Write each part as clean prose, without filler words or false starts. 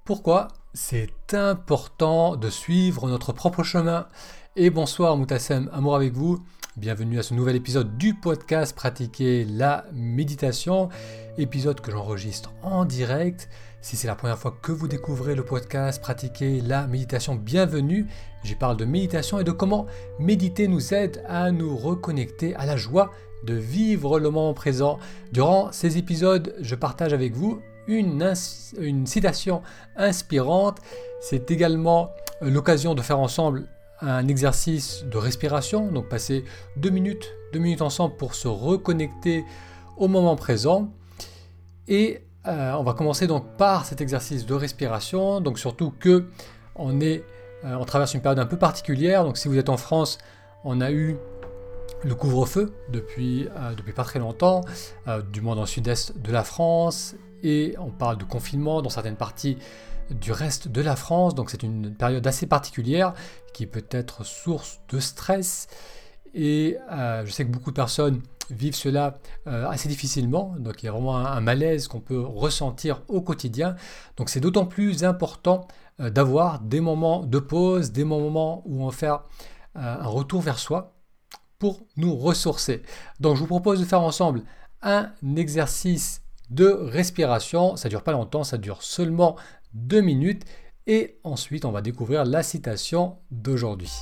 Pourquoi c'est important de suivre notre propre chemin. Et bonsoir Moutassem, amour avec vous. Bienvenue à ce nouvel épisode du podcast Pratiquer la méditation, épisode que j'enregistre en direct. Si c'est la première fois que vous découvrez le podcast Pratiquer la méditation, bienvenue. J'y parle de méditation et de comment méditer nous aide à nous reconnecter à la joie de vivre le moment présent. Durant ces épisodes, je partage avec vous une citation inspirante. C'est également l'occasion de faire ensemble un exercice de respiration, donc passer 2 minutes ensemble pour se reconnecter au moment présent. Et on va commencer donc par cet exercice de respiration, donc surtout que on traverse une période un peu particulière. Donc si vous êtes en France, on a eu le couvre-feu depuis pas très longtemps, du moins dans le sud-est de la France, et on parle de confinement dans certaines parties du reste de la France, donc c'est une période assez particulière qui peut être source de stress, et je sais que beaucoup de personnes vivent cela assez difficilement, donc il y a vraiment un malaise qu'on peut ressentir au quotidien, donc c'est d'autant plus important d'avoir des moments de pause, des moments où on va faire un retour vers soi, pour nous ressourcer. Donc je vous propose de faire ensemble un exercice de respiration. Ça ne dure pas longtemps, ça dure seulement 2 minutes. Et ensuite, on va découvrir la citation d'aujourd'hui.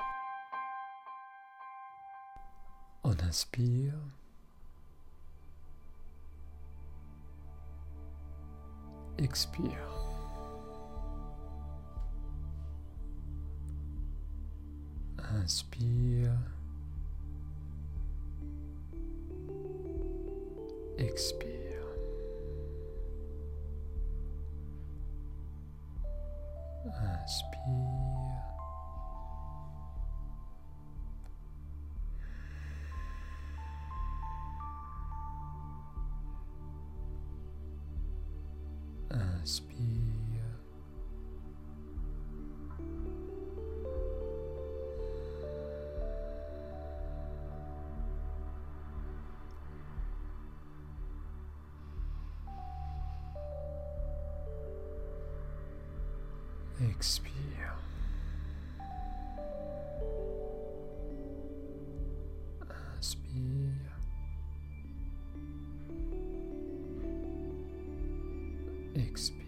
On inspire. Expire. Inspire. Expire. Inspire. Inspire. Expire. Inspire. Expire.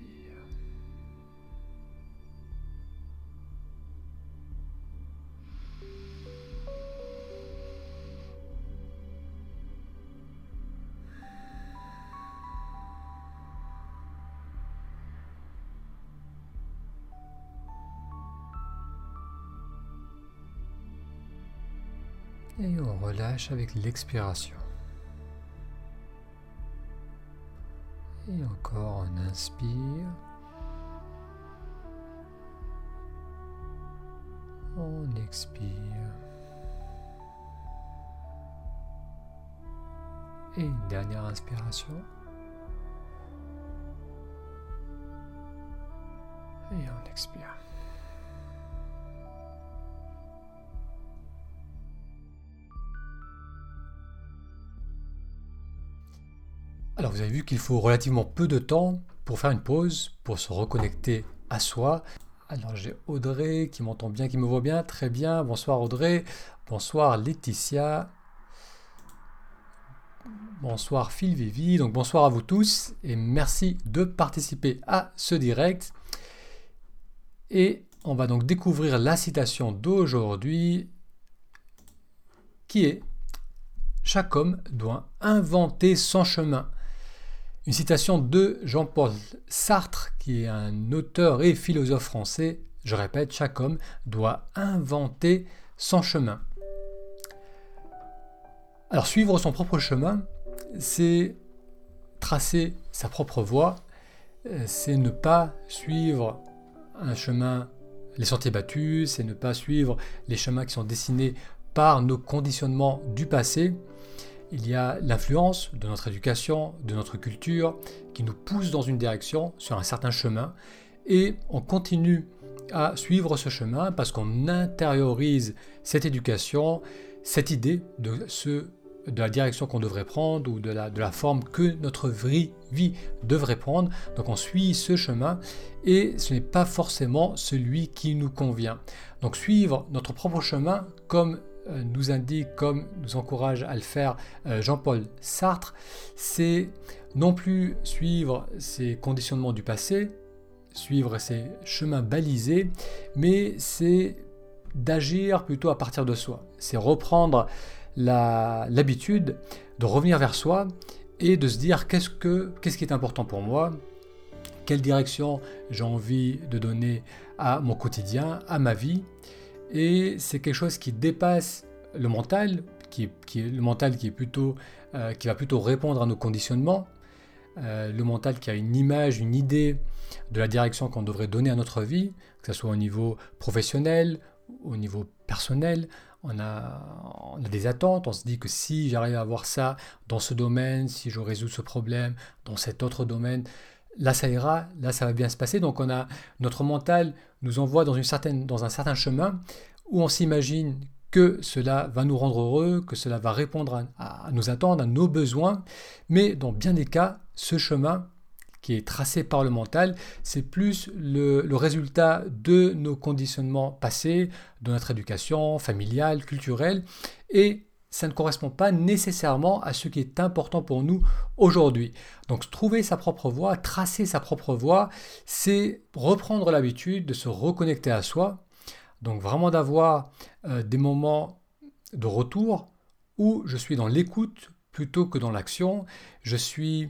Et on relâche avec l'expiration. Et encore on inspire. On expire. Et une dernière inspiration. Et on expire. Alors vous avez vu qu'il faut relativement peu de temps pour faire une pause, pour se reconnecter à soi. Alors j'ai Audrey qui m'entend bien, qui me voit bien, très bien. Bonsoir Audrey, bonsoir Laetitia, bonsoir Phil Vivi, donc bonsoir à vous tous et merci de participer à ce direct. Et on va donc découvrir la citation d'aujourd'hui qui est « Chaque homme doit inventer son chemin ». Une citation de Jean-Paul Sartre, qui est un auteur et philosophe français. Je répète, chaque homme doit inventer son chemin. Alors, suivre son propre chemin, c'est tracer sa propre voie, c'est ne pas suivre un chemin, les sentiers battus, c'est ne pas suivre les chemins qui sont dessinés par nos conditionnements du passé. Il y a l'influence de notre éducation, de notre culture, qui nous pousse dans une direction, sur un certain chemin, et on continue à suivre ce chemin parce qu'on intériorise cette éducation, cette idée de ce de la direction qu'on devrait prendre ou de la forme que notre vraie vie devrait prendre. Donc on suit ce chemin et ce n'est pas forcément celui qui nous convient. Donc suivre notre propre chemin, comme nous indique, comme nous encourage à le faire Jean-Paul Sartre, c'est non plus suivre ses conditionnements du passé, suivre ses chemins balisés, mais c'est d'agir plutôt à partir de soi. C'est reprendre l'habitude de revenir vers soi et de se dire qu'est-ce qui est important pour moi, quelle direction j'ai envie de donner à mon quotidien, à ma vie. Et c'est quelque chose qui dépasse le mental, qui va plutôt répondre à nos conditionnements. Le mental qui a une image, une idée de la direction qu'on devrait donner à notre vie, que ce soit au niveau professionnel, au niveau personnel. On a des attentes, on se dit que si j'arrive à avoir ça dans ce domaine, si je résous ce problème dans cet autre domaine, là ça ira, là ça va bien se passer. Donc notre mental nous envoie dans un certain chemin où on s'imagine que cela va nous rendre heureux, que cela va répondre à nos attentes, à nos besoins, mais dans bien des cas, ce chemin qui est tracé par le mental, c'est plus le résultat de nos conditionnements passés, de notre éducation familiale, culturelle, et ça ne correspond pas nécessairement à ce qui est important pour nous aujourd'hui. Donc trouver sa propre voie, tracer sa propre voie, c'est reprendre l'habitude de se reconnecter à soi, donc vraiment d'avoir des moments de retour où je suis dans l'écoute plutôt que dans l'action, je suis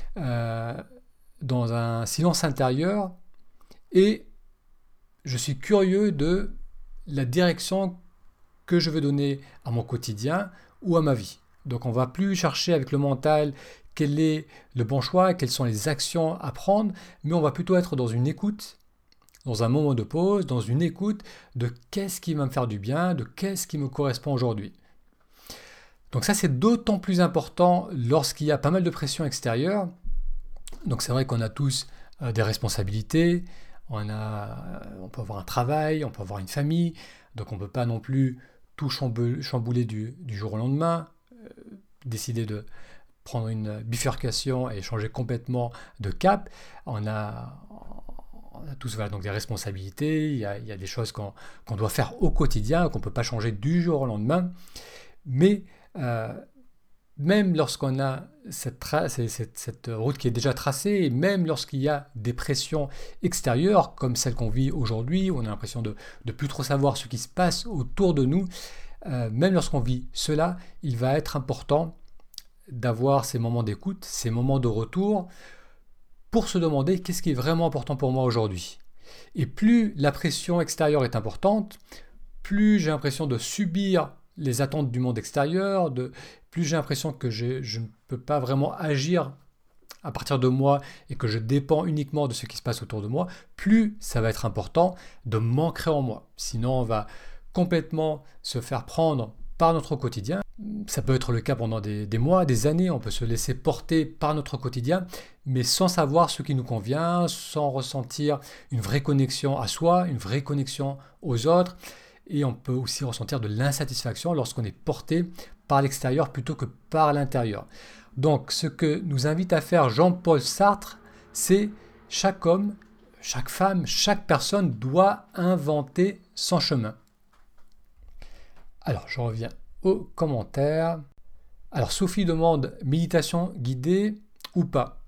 dans un silence intérieur et je suis curieux de la direction que je veux donner à mon quotidien ou à ma vie. Donc on ne va plus chercher avec le mental quel est le bon choix, quelles sont les actions à prendre, mais on va plutôt être dans une écoute, dans un moment de pause, dans une écoute de qu'est-ce qui va me faire du bien, de qu'est-ce qui me correspond aujourd'hui. Donc ça c'est d'autant plus important lorsqu'il y a pas mal de pression extérieure. Donc c'est vrai qu'on a tous des responsabilités, on peut avoir un travail, on peut avoir une famille, donc on ne peut pas non plus tout chambouler du jour au lendemain, décider de prendre une bifurcation et changer complètement de cap. On a tous donc des responsabilités, il y a des choses qu'on doit faire au quotidien, qu'on ne peut pas changer du jour au lendemain, mais même lorsqu'on a cette route qui est déjà tracée, et même lorsqu'il y a des pressions extérieures, comme celles qu'on vit aujourd'hui, où on a l'impression de ne plus trop savoir ce qui se passe autour de nous, même lorsqu'on vit cela, il va être important d'avoir ces moments d'écoute, ces moments de retour, pour se demander qu'est-ce qui est vraiment important pour moi aujourd'hui. Et plus la pression extérieure est importante, plus j'ai l'impression de subir les attentes du monde extérieur, plus j'ai l'impression que je ne peux pas vraiment agir à partir de moi et que je dépends uniquement de ce qui se passe autour de moi, plus ça va être important de m'ancrer en moi. Sinon, on va complètement se faire prendre par notre quotidien. Ça peut être le cas pendant des mois, des années, on peut se laisser porter par notre quotidien, mais sans savoir ce qui nous convient, sans ressentir une vraie connexion à soi, une vraie connexion aux autres. Et on peut aussi ressentir de l'insatisfaction lorsqu'on est porté par l'extérieur plutôt que par l'intérieur. Donc ce que nous invite à faire Jean-Paul Sartre, c'est chaque homme, chaque femme, chaque personne doit inventer son chemin. Alors je reviens aux commentaires. Alors Sophie demande méditation guidée ou pas.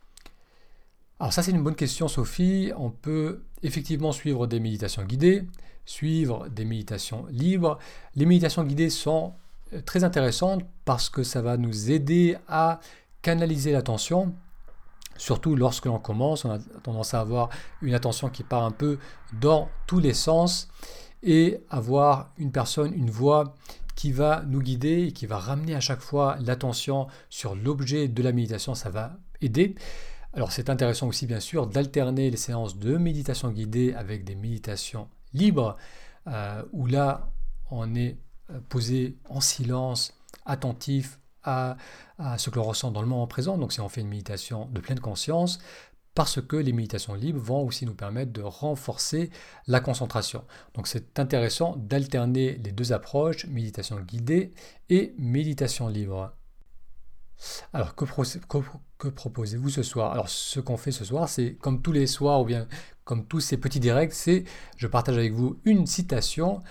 Alors ça c'est une bonne question Sophie, on peut effectivement suivre des méditations guidées, suivre des méditations libres. Les méditations guidées sont très intéressantes parce que ça va nous aider à canaliser l'attention, surtout lorsque l'on commence, on a tendance à avoir une attention qui part un peu dans tous les sens et avoir une personne, une voix qui va nous guider et qui va ramener à chaque fois l'attention sur l'objet de la méditation, ça va aider. Alors c'est intéressant aussi bien sûr d'alterner les séances de méditation guidée avec des méditations libres où là on est posé en silence, attentif à ce que l'on ressent dans le moment présent. Donc si on fait une méditation de pleine conscience, parce que les méditations libres vont aussi nous permettre de renforcer la concentration. Donc c'est intéressant d'alterner les deux approches, méditation guidée et méditation libre. Alors, que proposez-vous ce soir? Alors, ce qu'on fait ce soir, c'est comme tous les soirs, ou bien comme tous ces petits directs, c'est je partage avec vous une citation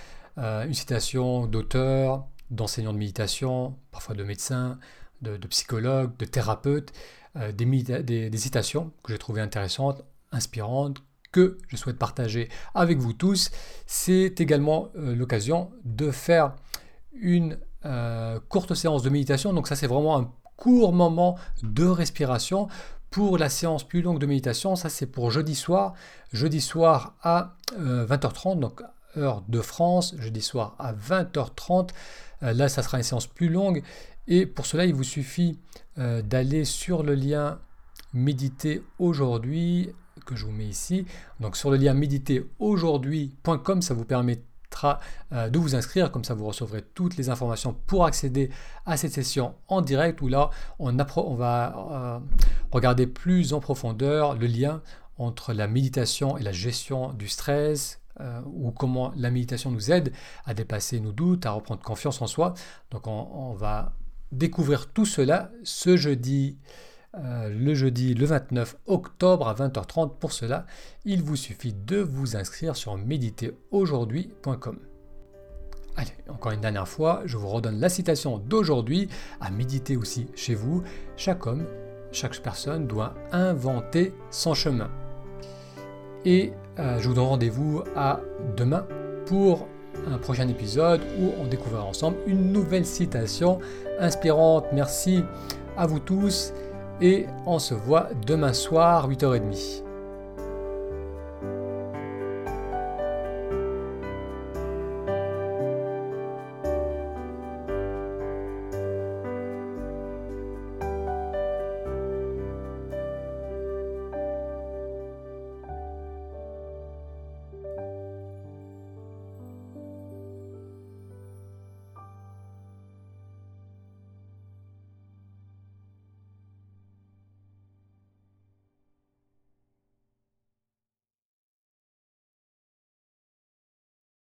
d'auteur, d'enseignants de méditation, parfois de médecins, de psychologues, de thérapeutes, des citations que j'ai trouvées intéressantes, inspirantes, que je souhaite partager avec vous tous. C'est également l'occasion de faire une courte séance de méditation. Donc ça, c'est vraiment un court moment de respiration. Pour la séance plus longue de méditation, ça c'est pour jeudi soir à 20h30, donc heure de France, jeudi soir à 20h30. Là, ça sera une séance plus longue. Et pour cela, il vous suffit d'aller sur le lien Méditer aujourd'hui, que je vous mets ici. Donc sur le lien méditeraujourd'hui.com, ça vous permet de vous inscrire, comme ça vous recevrez toutes les informations pour accéder à cette session en direct où là on va regarder plus en profondeur le lien entre la méditation et la gestion du stress, ou comment la méditation nous aide à dépasser nos doutes, à reprendre confiance en soi. Donc on va découvrir tout cela ce jeudi. Le jeudi, le 29 octobre à 20h30. Pour cela, il vous suffit de vous inscrire sur méditeraujourd'hui.com. Allez, encore une dernière fois, je vous redonne la citation d'aujourd'hui, à méditer aussi chez vous. Chaque homme, chaque personne doit inventer son chemin. Et je vous donne rendez-vous à demain pour un prochain épisode où on découvrira ensemble une nouvelle citation inspirante. Merci à vous tous. Et on se voit demain soir, 8h30.